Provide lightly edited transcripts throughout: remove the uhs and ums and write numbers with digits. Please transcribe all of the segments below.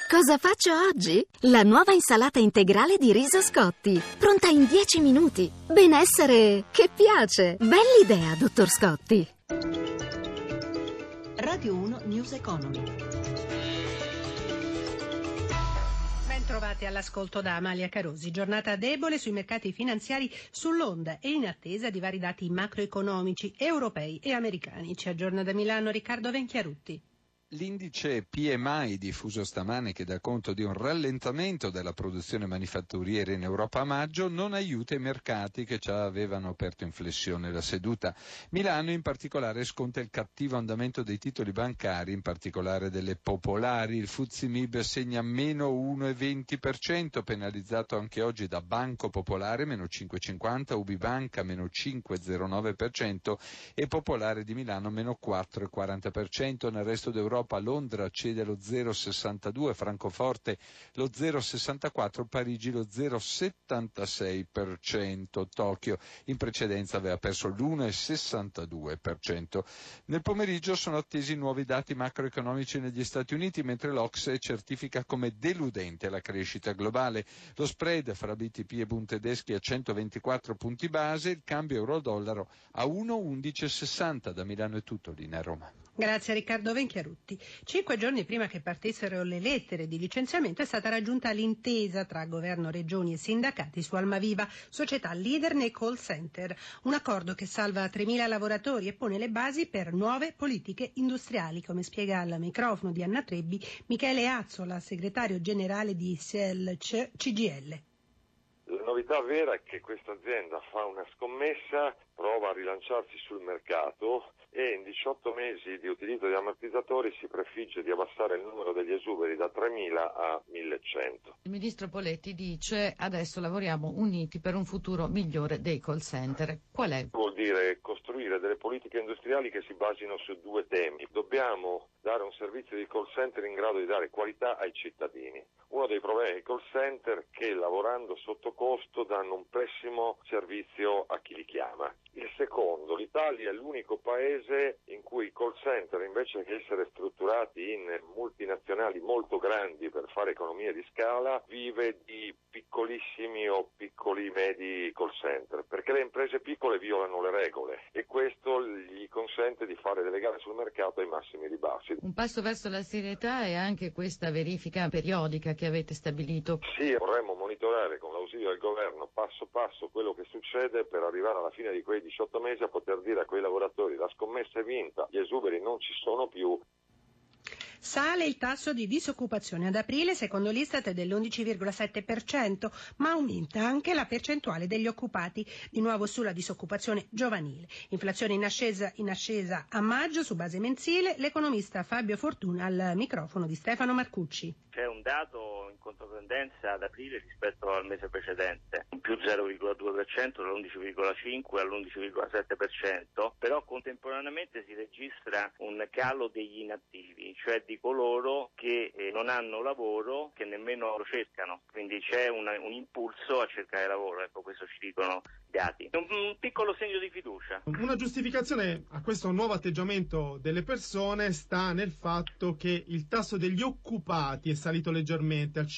Cosa faccio oggi? La nuova insalata integrale di riso Scotti, pronta in 10 minuti. Benessere che piace. Bell'idea, dottor Scotti. Radio 1 News Economy. Ben trovati all'ascolto da Amalia Carosi. Giornata debole sui mercati finanziari sull'onda e in attesa di vari dati macroeconomici europei e americani. Ci aggiorna da Milano Riccardo Venchiarutti. L'indice PMI diffuso stamane, che dà conto di un rallentamento della produzione manifatturiera in Europa a maggio, non aiuta i mercati che già avevano aperto in flessione la seduta. Milano in particolare sconta il cattivo andamento dei titoli bancari, in particolare delle popolari. Il FTSE MIB segna meno 1,20%, penalizzato anche oggi da Banco Popolare meno 5,50%, Ubibanca meno 5,09% e Popolare di Milano meno 4,40%. Nel resto d'Europa Londra cede lo 0,62%, Francoforte lo 0,64%, Parigi lo 0,76%. Tokyo in precedenza aveva perso l'1,62%. Nel pomeriggio sono attesi nuovi dati macroeconomici negli Stati Uniti, mentre l'Ocse certifica come deludente la crescita globale. Lo spread fra BTP e Bund tedeschi a 124 punti base, il cambio euro-dollaro a 1,1160. Da Milano è tutto, linea Roma. Grazie a Riccardo Venchiarutti. 5 giorni prima che partissero le lettere di licenziamento è stata raggiunta l'intesa tra governo, regioni e sindacati su Almaviva, società leader nei call center. Un accordo che salva 3.000 lavoratori e pone le basi per nuove politiche industriali, come spiega al microfono di Anna Trebbi Michele Azzola, segretario generale di CGIL. La novità vera è che questa azienda fa una scommessa, prova a rilanciarsi sul mercato e in 18 mesi di utilizzo di ammortizzatori si prefigge di abbassare il numero degli esuberi da 3.000 a 1.100. Il ministro Poletti dice: adesso lavoriamo uniti per un futuro migliore dei call center. Qual è? Vuol dire costruire delle politiche industriali che si basino su due temi. Dobbiamo dare un servizio di call center in grado di dare qualità ai cittadini. Uno dei problemi dei call center è che lavorando sotto costo danno un pessimo servizio a chi li chiama. Il secondo, l'Italia è l'unico paese in cui i call center, invece che essere strutturati in multinazionali molto grandi per fare economie di scala, vive di piccolissimi o piccoli medi call center, perché le imprese piccole violano le regole e questo gli consente di fare delle gare sul mercato ai massimi ribassi. Un passo verso la serietà è anche questa verifica periodica che avete stabilito. Sì, vorremmo monitorare con l'ausilio del governo passo passo quello che succede per arrivare alla fine di quei 18 mesi a poter dire a quei lavoratori: la scommessa è vinta, gli esuberi non ci sono più. Sale il tasso di disoccupazione. Ad aprile, secondo l'Istat, è dell'11,7%, ma aumenta anche la percentuale degli occupati, di nuovo sulla disoccupazione giovanile. Inflazione in ascesa a maggio su base mensile. L'economista Fabio Fortuna al microfono di Stefano Marcucci. C'è un dato in controtendenza ad aprile rispetto al mese precedente, più 0,2% dall'11,5% all'11,7%, però contemporaneamente si registra un calo degli inattivi, cioè di coloro che non hanno lavoro, che nemmeno lo cercano, quindi c'è un impulso a cercare lavoro, ecco, questo ci dicono i dati. Un piccolo segno di fiducia. Una giustificazione a questo nuovo atteggiamento delle persone sta nel fatto che il tasso degli occupati è salito leggermente al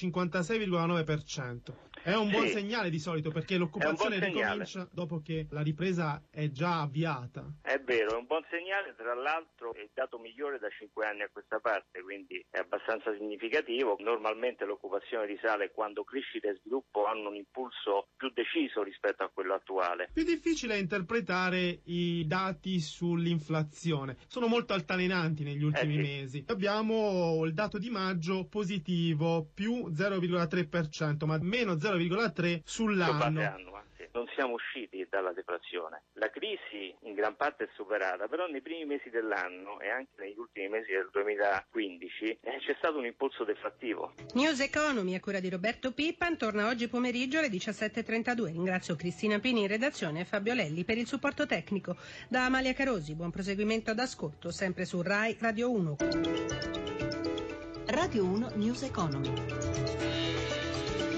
56,9%. È un buon segnale di solito, perché l'occupazione ricomincia dopo che la ripresa è già avviata. È vero, è un buon segnale, tra l'altro è il dato migliore da 5 anni a questa parte, quindi è abbastanza significativo. Normalmente l'occupazione risale quando crescita e sviluppo hanno un impulso più deciso rispetto a quello attuale. Più difficile è interpretare i dati sull'inflazione, sono molto altalenanti negli ultimi mesi. Abbiamo il dato di maggio positivo, più 0,3%, ma meno 0,3% sull'anno. Non siamo usciti dalla deflazione. La crisi in gran parte è superata, però nei primi mesi dell'anno e anche negli ultimi mesi del 2015 c'è stato un impulso deflattivo. News Economy a cura di Roberto Pippan torna oggi pomeriggio alle 17:32. Ringrazio Cristina Pini in redazione e Fabio Lelli per il supporto tecnico. Da Amalia Carosi, buon proseguimento d'ascolto, sempre su Rai Radio 1. Radio 1 News Economy.